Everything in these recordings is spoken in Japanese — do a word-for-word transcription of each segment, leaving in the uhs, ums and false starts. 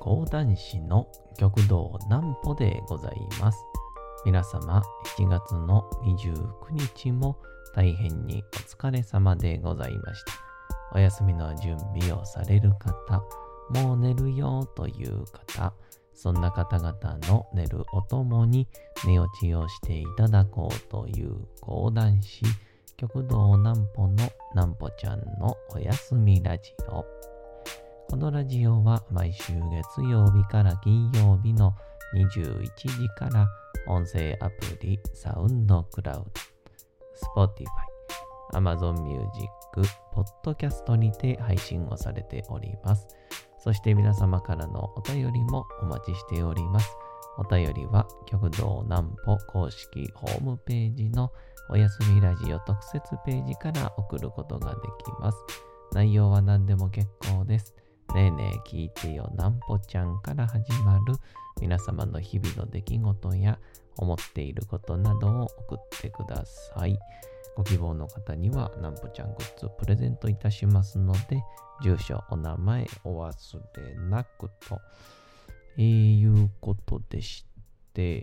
講談師の極道南歩でございます。皆様しちがつのにじゅうくにちも大変にお疲れ様でございました。お休みの準備をされる方、もう寝るよという方、そんな方々の寝るおともに寝落ちをしていただこうという講談師極道南歩の南歩ちゃんのおやすみラジオ。このラジオは毎週月曜日から金曜日のにじゅういちじから音声アプリサウンドクラウド、Spotify、Amazon Music、ポッドキャストにて配信をされております。そして皆様からのお便りもお待ちしております。お便りは極道南歩公式ホームページのおやすみラジオ特設ページから送ることができます。内容は何でも結構です。ねえねえ聞いてよ南歩ちゃんから始まる皆様の日々の出来事や思っていることなどを送ってください。ご希望の方には南歩ちゃんグッズプレゼントいたしますので、住所、お名前お忘れなくと、えー、いうことでして、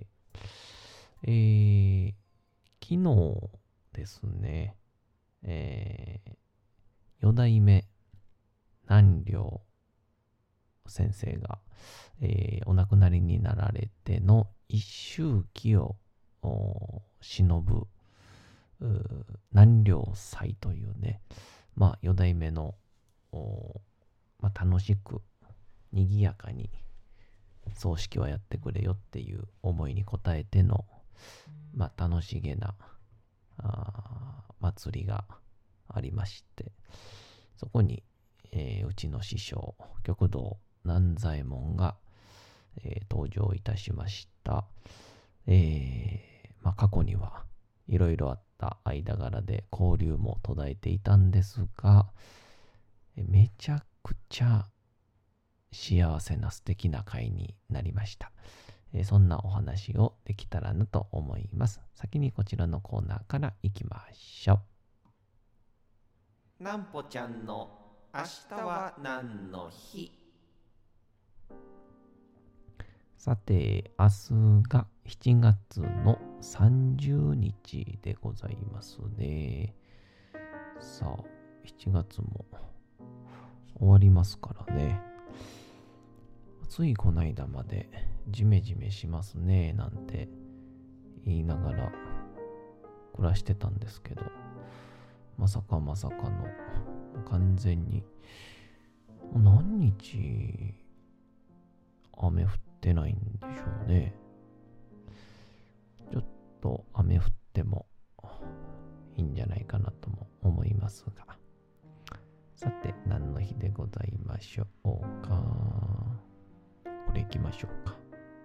えー、昨日ですね、えー、四代目南陵先生が、えー、お亡くなりになられての一周忌を忍ぶ南陵祭というね、まあ四代目の、まあ、楽しく賑やかに葬式をやってくれよっていう思いに応えての、まあ、楽しげなあ祭りがありまして、そこに、えー、うちの師匠極道南左衛門が、えー、登場いたしました。えーまあ、過去にはいろいろあった間柄で交流も途絶えていたんですが、めちゃくちゃ幸せな素敵な会になりました。えー、そんなお話をできたらなと思います。先にこちらのコーナーからいきましょう。南歩ちゃんの明日は何の日。さて、明日がしちがつのさんじゅうにちでございますね。さあ、しちがつも終わりますからね。ついこないだまでジメジメしますねなんて言いながら暮らしてたんですけど、まさかまさかの完全に何日雨降ってないんでしょうね。ちょっと雨降ってもいいんじゃないかなとも思いますが、さて何の日でございましょうか。これ行きましょうか。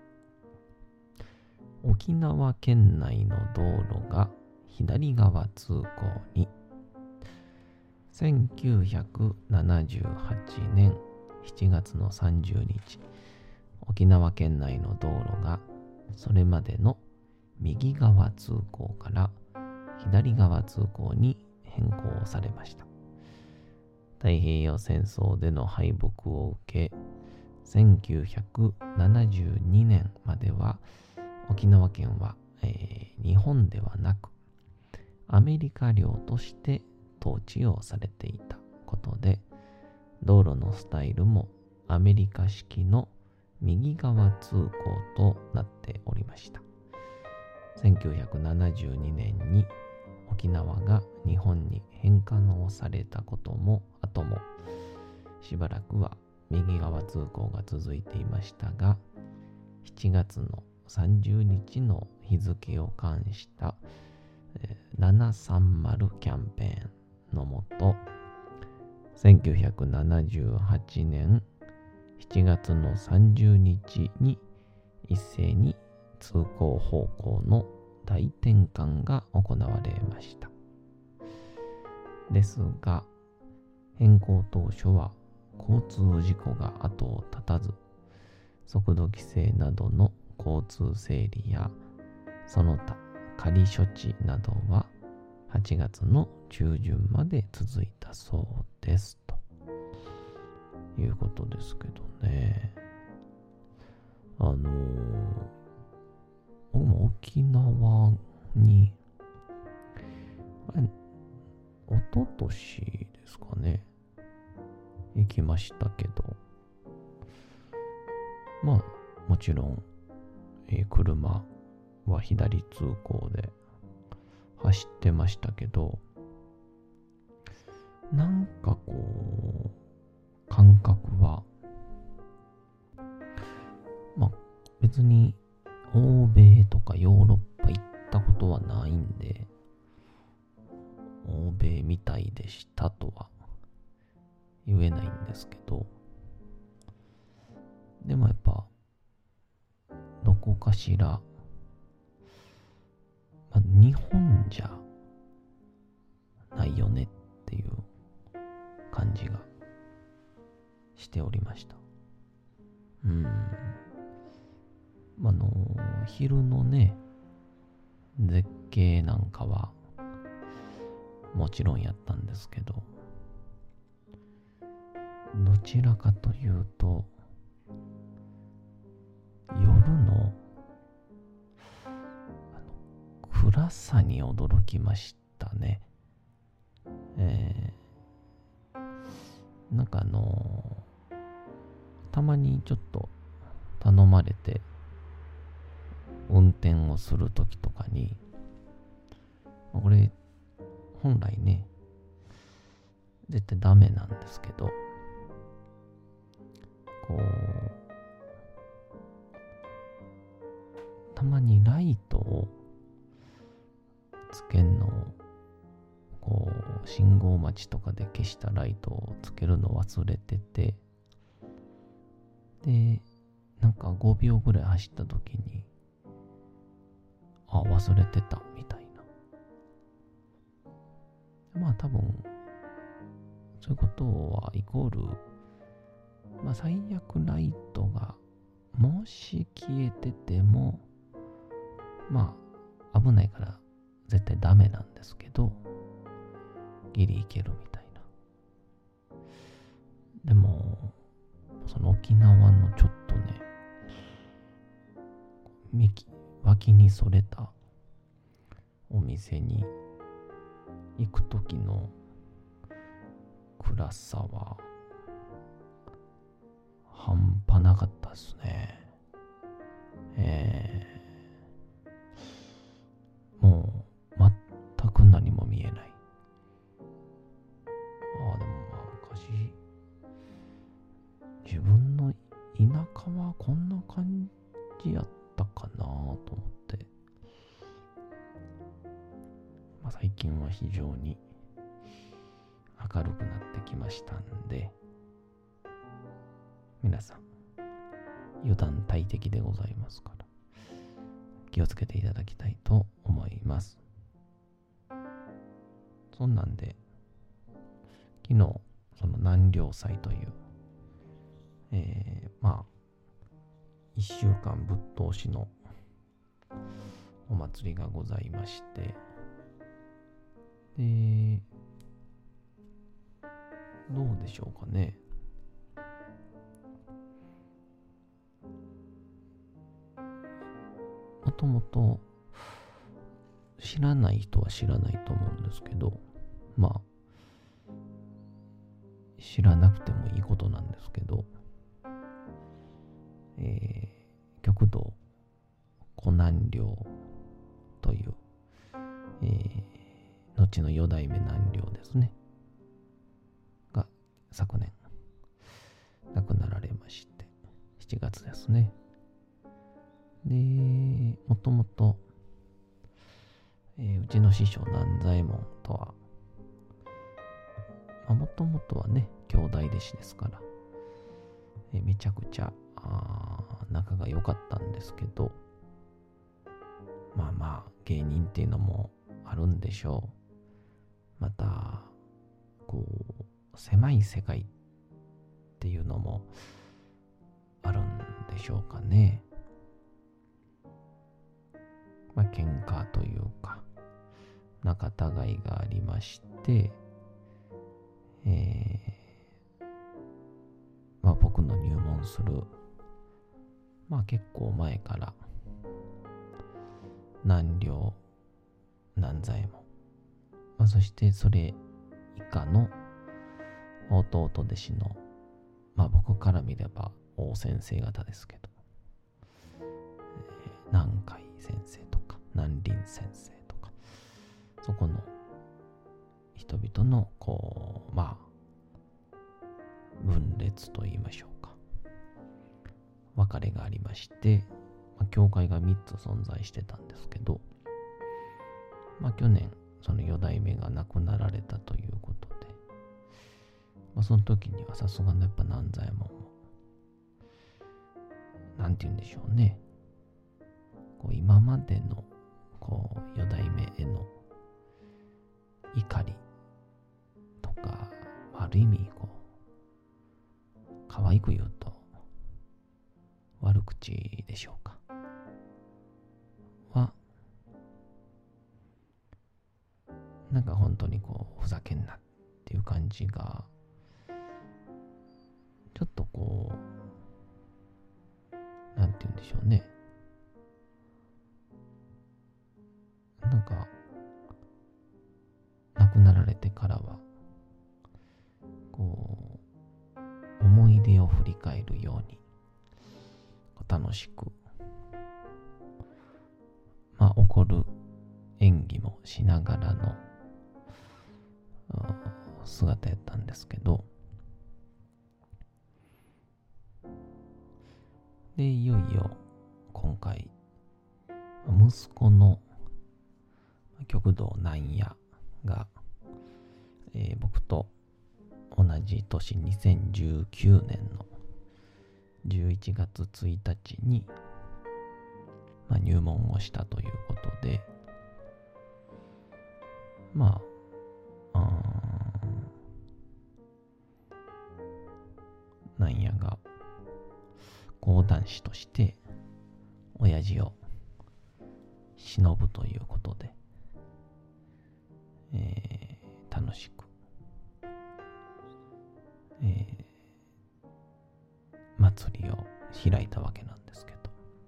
沖縄県内の道路が左側通行に。せんきゅうひゃくななじゅうはちねんしちがつのさんじゅうにち、沖縄県内の道路がそれまでの右側通行から左側通行に変更されました。太平洋戦争での敗北を受け、せんきゅうひゃくななじゅうにねんまでは沖縄県は、えー、日本ではなくアメリカ領として統治をされていたことで、道路のスタイルもアメリカ式の右側通行となっておりました。せんきゅうひゃくななじゅうにねんに沖縄が日本に返還をされたことも後もしばらくは右側通行が続いていましたが、しちがつのさんじゅうにちの日付を冠したななさんまるキャンペーンのもと、せんきゅうひゃくななじゅうはちねんしちがつのさんじゅうにちに一斉に通行方向の大転換が行われました。ですが、変更当初は交通事故が後を絶たず、速度規制などの交通整理やその他仮処置などははちがつの中旬まで続いたそうですということですけどね。 沖縄に、あれ、おととしですかね、行きましたけど、まあ、もちろん、えー車は左通行で走ってましたけど、なんかこう、感覚は、まあ、別に欧米とかヨーロッパ行ったことはないんで、欧米みたいでしたとは言えないんですけど、でもやっぱ、どこかしら、まあ、日本じゃないよねっていう感じがしておりました。うん。あの、昼のね、絶景なんかはもちろんやったんですけど、どちらかというと、夜のあの暗さに驚きましたね。えー、なんかあのー、たまにちょっと頼まれて運転をするときとかに、これ本来ね絶対ダメなんですけど、こうたまにライトをつけんのをこう信号待ちとかで消したライトをつけるの忘れてて、でなんかごびょうぐらい走った時に、あ、忘れてたみたいな。まあ多分そういうことはイコール、まあ最悪ライトがもし消えてても、まあ危ないから絶対ダメなんですけど、ギリいけるみたいな。でもその沖縄のちょっとね、幹脇にそれたお店に行くときの暗さは半端なかったですね。えー、もう全く何も見えない。ああ、でもまあ昔自分の田舎はこんな感じやったかなと思って、まあ、最近は非常に明るくなってきましたんで、皆さん油断大敵でございますから気をつけていただきたいと思います。そんなんで昨日その南陵祭という、えー、まあ一週間ぶっ通しのお祭りがございまして、でどうでしょうかね。もともと知らない人は知らないと思うんですけど、まあ知らなくてもいいことなんですけど、えー、極道湖南陵という、えー、後の四代目南陵ですねが昨年亡くなられまして、しちがつですね。で、もともと、えー、うちの師匠南左衛門とは、もともとはね兄弟弟子ですから、えー、めちゃくちゃ仲が良かったんですけど、まあまあ芸人っていうのもあるんでしょう。またこう狭い世界っていうのもあるんでしょうかね。まあ喧嘩というか仲違いがありまして、えー、まあ僕の入門するまあ結構前から南陵、南左衛門、まあ、そしてそれ以下の弟弟子の、まあ僕から見れば大先生方ですけど、えー、南海先生とか南林先生とか、そこの人々のこうまあ分裂と言いましょうか、別れがありまして、まあ、教会がみっつ存在してたんですけど、まあ去年その四代目が亡くなられたということで、まあ、その時にはさすがのやっぱ南左衛門もなんて言うんでしょうね、こう今までのこう四代目への怒りとか、ある意味こう可愛く言うと悪口でしょうかは、なんか本当にこうふざけんなっていう感じがちょっとこうなんて言うんでしょうね、なんか亡くなられてからはこう思い出を振り返るように楽しく、まあ怒る演技もしながらの姿やったんですけど、でいよいよ今回息子の極道南野が、えー、僕と同じ年にせんじゅうきゅうねんのじゅういちがつついたちに、まあ、入門をしたということで、まあ、あ南野が講談師として親父を忍ぶということで、えー、楽しく、えー、祭りを開いたわけなんですけど、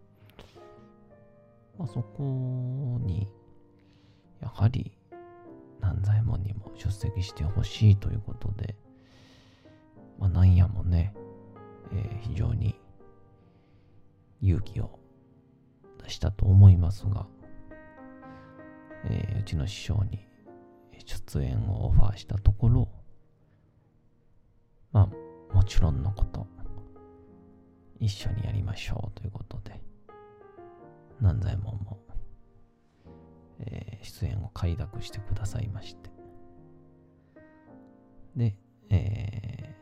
まあ、そこにやはり南左衛門にも出席してほしいということで、まあ、南野もね、えー、非常に勇気を出したと思いますが、えー、うちの師匠に出演をオファーしたところ、まあもちろんのこと一緒にやりましょうということで、南左衛門も、えー、出演を快諾してくださいまして、で、え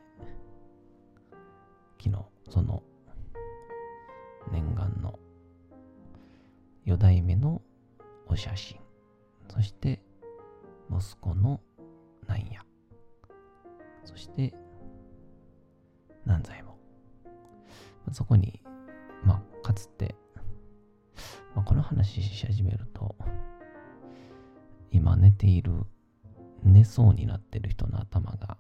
ー、昨日その念願の四代目のお写真、そして息子の南野、そして南左衛門、そこにまあかつて、まあ、この話し始めると今寝ている寝そうになってる人の頭が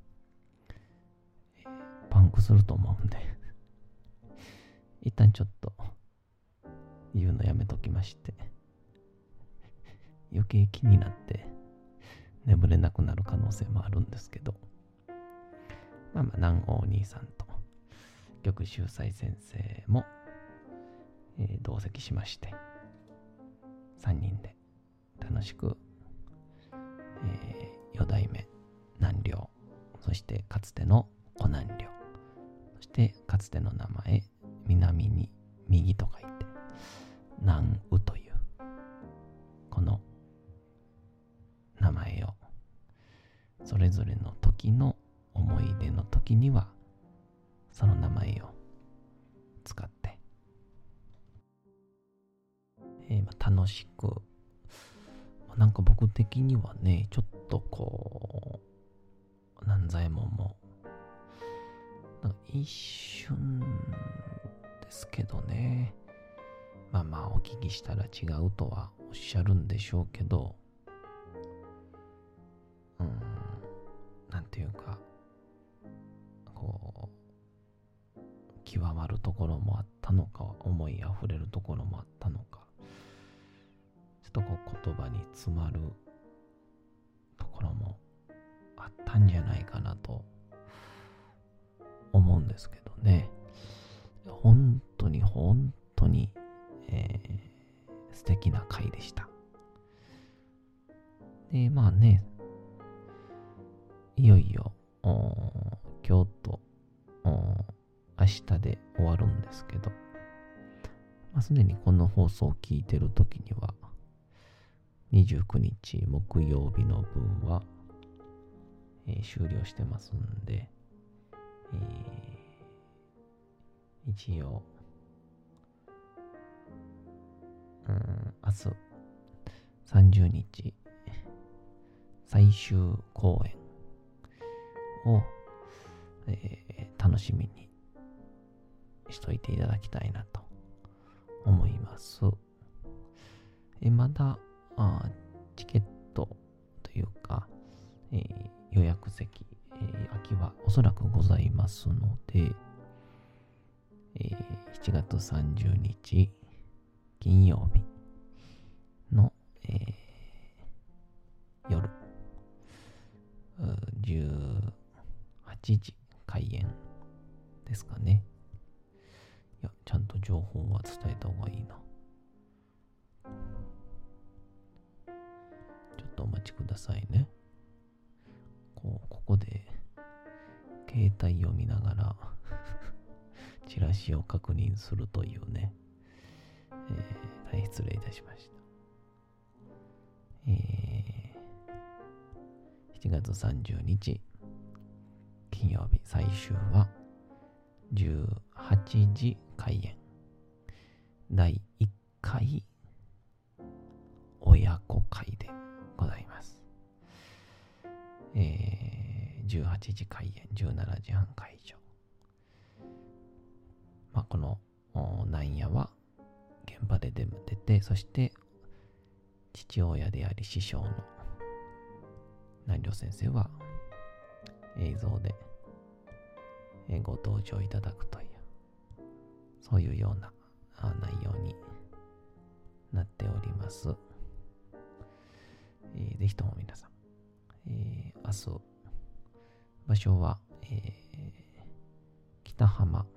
パンクすると思うんで一旦ちょっと言うのやめときまして、余計気になって眠れなくなる可能性もあるんですけど、まあまあ南王兄さんと玉秀斎先生も、えー、同席しまして、さんにんで楽しく、えー、四代目南陵、そしてかつての小南陵、そしてかつての名前南に右と書いて南宇というこの名前をそれぞれの時の思い出の時にはその名前を使って、えーまあ、楽しく、なんか僕的にはね、ちょっとこう南左衛門もなんか一瞬ですけどね、まあまあお聞きしたら違うとはおっしゃるんでしょうけど、うーん、なんていうかこう極まるところもあったのか、思いあふれるところもあったのか、 とこう言葉に詰まるところもあったんじゃないかなと思うんですけどね。本当に本当に、えー、素敵な回でした。で、まあね、いよいよ今日と明日で終わるんですけど、まあ、すでにこの放送を聞いてるときにはにじゅうくにち木曜日の分は、えー、終了してますんで、えー、一応、うん、明日さんじゅうにち最終公演を、えー、楽しみにしといていただきたいなと思います。えー、まだあチケットというか、えー、予約席、えー、空きはおそらくございますので、えー、しちがつさんじゅうにち金曜日の、えー、夜じゅうはちじ開演ですかね。いや、ちゃんと情報は伝えた方がいいな。ちょっとお待ちくださいね。こう、ここで携帯を見ながらチラシを確認するというね、えー、大変失礼いたしました。えー、しちがつさんじゅうにち金曜日最終はじゅうはちじ開演。だいいっかい親子会でございます。えー、じゅうはちじ開演、じゅうしちじはん会場。まあ、このなんやは現場で出て、そして父親であり師匠の南稜先生は映像でご登場いただくという、そういうような内容になっております。えー、ぜひとも皆さん、えー、明日場所は、えー、北浜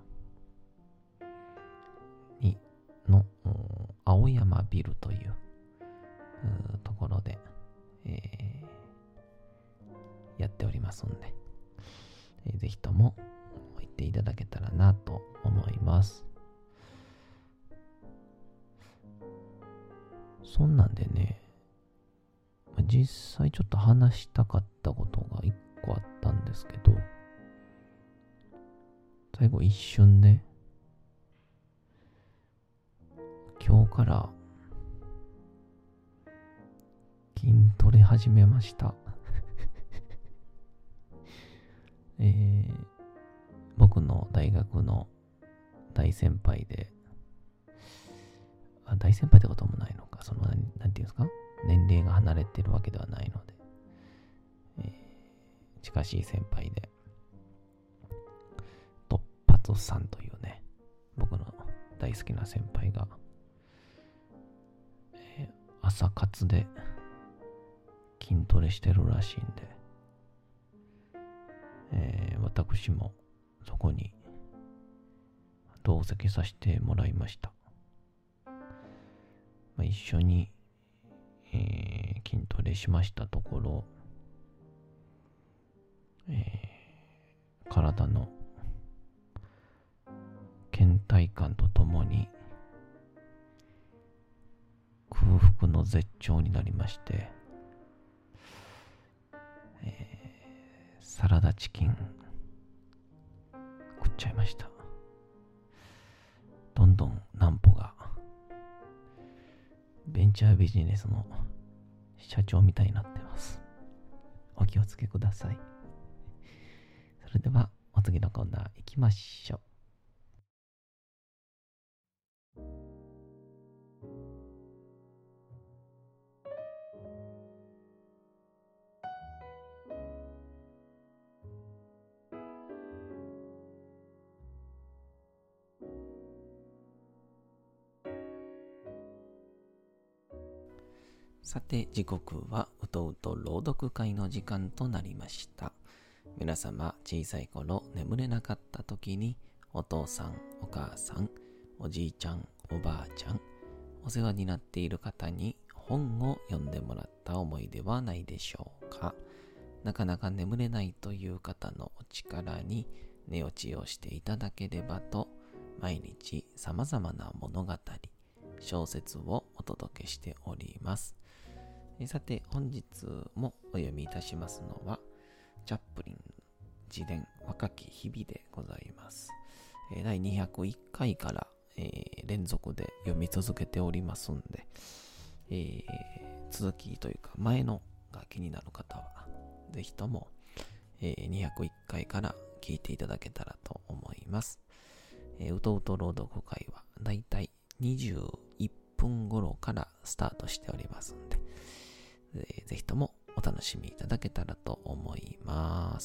にの青山ビルというところで、えー、やっておりますんで、えー、ぜひとも行っていただけたらなと思います。そんなんでね、実際ちょっと話したかったことが一個あったんですけど、最後一瞬ね、今日から筋トレ始めました。えー、僕の大学の大先輩で、あ、大先輩ってこともないのか、その、なんていうんですか、年齢が離れてるわけではないので、えー、近しい先輩で、突発さんというね、僕の大好きな先輩が、えー、朝活で筋トレしてるらしいんで、えー、私もそこに同席させてもらいました。まあ、一緒に、えー、筋トレしましたところ、えー、体の倦怠感とともに空腹の絶頂になりまして、えー、サラダチキン食っちゃいました。どんどんナンポがベンチャービジネスの社長みたいになってます。お気をつけください。それではお次のコーナー行きましょう。 さて、時刻はうとうと朗読会の時間となりました。皆様、小さい頃眠れなかった時に、お父さん、お母さん、おじいちゃん、おばあちゃん、お世話になっている方に本を読んでもらった思いではないでしょうか。なかなか眠れないという方のお力に寝落ちをしていただければと、毎日様々な物語、小説をお届けしております。さて、本日もお読みいたしますのは、チャップリン自伝若き日々でございます。だいにひゃくいっかいから、えー、連続で読み続けておりますんで、えー、続きというか前のが気になる方は、ぜひとも、えー、にひゃくいっかいから聞いていただけたらと思います。えー、うとうと朗読会はだいたいにじゅういっぷん頃からスタートしておりますんで、えー、ぜひともお楽しみいただけたらと思います。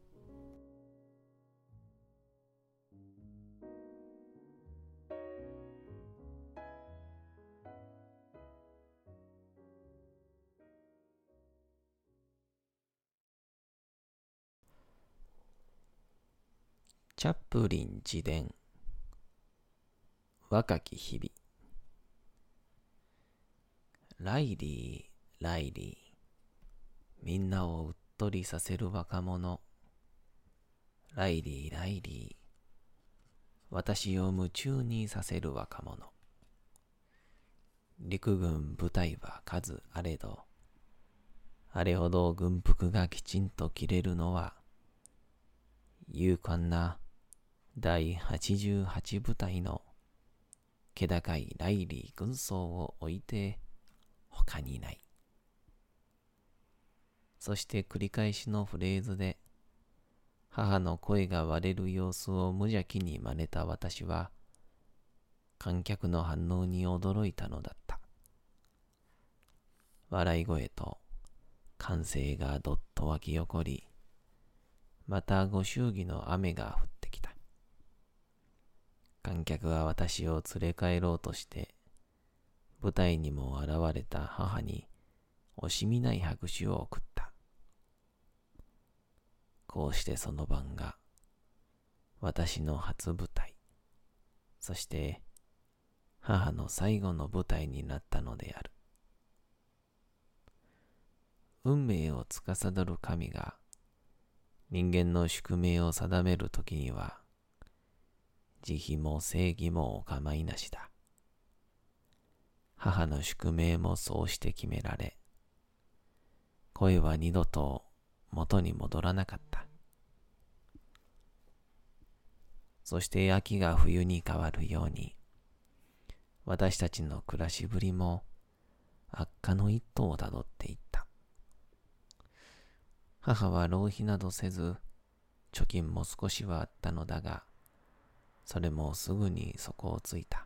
チャップリン自伝若き日々。ライリー、ライリー、みんなをうっとりさせる若者。ライリー、ライリー、私を夢中にさせる若者。陸軍部隊は数あれど、あれほど軍服がきちんと着れるのは、勇敢なだいはちじゅうはち部隊の気高いライリー軍曹を置いて他にない。そして繰り返しのフレーズで、母の声が割れる様子を無邪気に真似た私は、観客の反応に驚いたのだった。笑い声と歓声がどっと湧き起こり、またご祝儀の雨が降ってきた。観客は私を連れ帰ろうとして、舞台にも現れた母に惜しみない拍手を送った。こうしてその晩が私の初舞台、そして母の最後の舞台になったのである。運命を司る神が人間の宿命を定めるときには、慈悲も正義もお構いなしだ。母の宿命もそうして決められ、声は二度と元に戻らなかった。そして秋が冬に変わるように、私たちの暮らしぶりも悪化の一途をたどっていった。母は浪費などせず、貯金も少しはあったのだが、それもすぐに底をついた。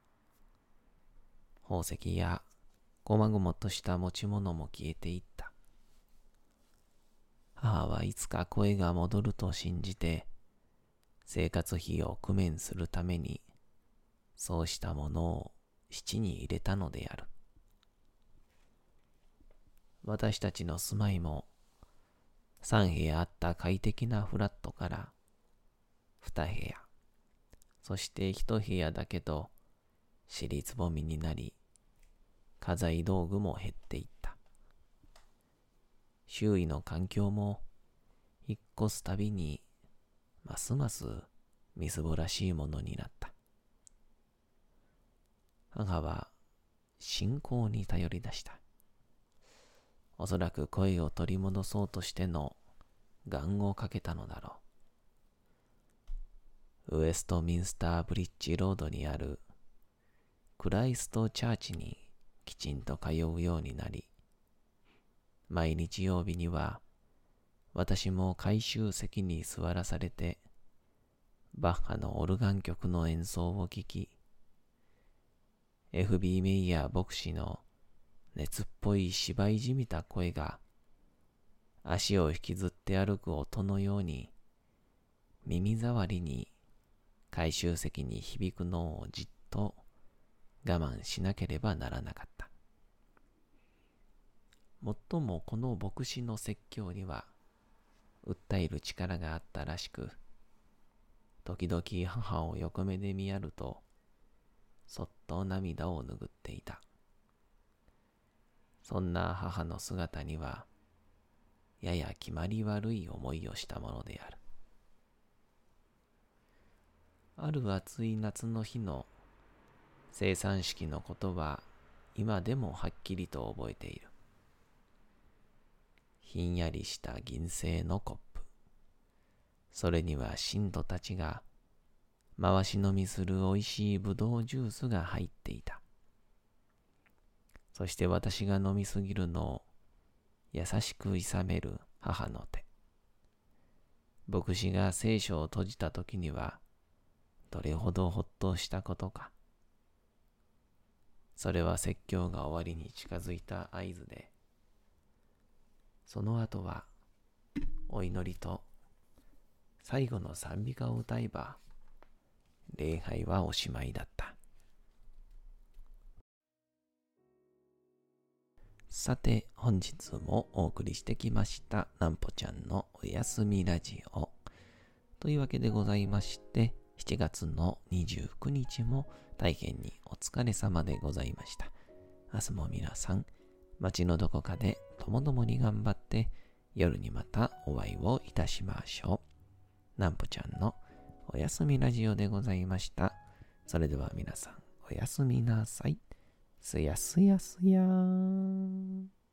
宝石やごまごもとした持ち物も消えていった。母はいつか声が戻ると信じて、生活費を工面するために、そうしたものを質に入れたのである。私たちの住まいも、三部屋あった快適なフラットから二部屋、そして一部屋だけど尻つぼみになり、家財道具も減っていった。周囲の環境も引っ越すたびにますますみすぼらしいものになった。母は信仰に頼り出した。おそらく声を取り戻そうとしての願をかけたのだろう。ウエストミンスターブリッジロードにあるクライストチャーチにきちんと通うようになり、毎日曜日には私も回収席に座らされて、バッハのオルガン曲の演奏を聴き、エフビー メイヤー牧師の熱っぽい芝居じみた声が、足を引きずって歩く音のように、耳障りに回収席に響くのをじっと我慢しなければならなかった。 もっともこの牧師の説教には訴える力があったらしく、時々母を横目で見やると、そっと涙を拭っていた。そんな母の姿には、やや決まり悪い思いをしたものである。ある暑い夏の日の生産式のことは、今でもはっきりと覚えている。ひんやりした銀製のコップ。それには信徒たちが回し飲みするおいしいぶどうジュースが入っていた。そして私が飲みすぎるのを優しくいさめる母の手。牧師が聖書を閉じたときにはどれほどほっとしたことか。それは説教が終わりに近づいた合図で、その後はお祈りと最後の賛美歌を歌えば、礼拝はおしまいだった。さて、本日もお送りしてきましたなんぽちゃんのおやすみラジオというわけでございまして、しちがつのにじゅうくにちも大変にお疲れ様でございました。明日も皆さん、街のどこかでともどもに頑張って、夜にまたお会いをいたしましょう。なんぽちゃんのおやすみラジオでございました。それでは皆さん、おやすみなさい。すやすやすやーん。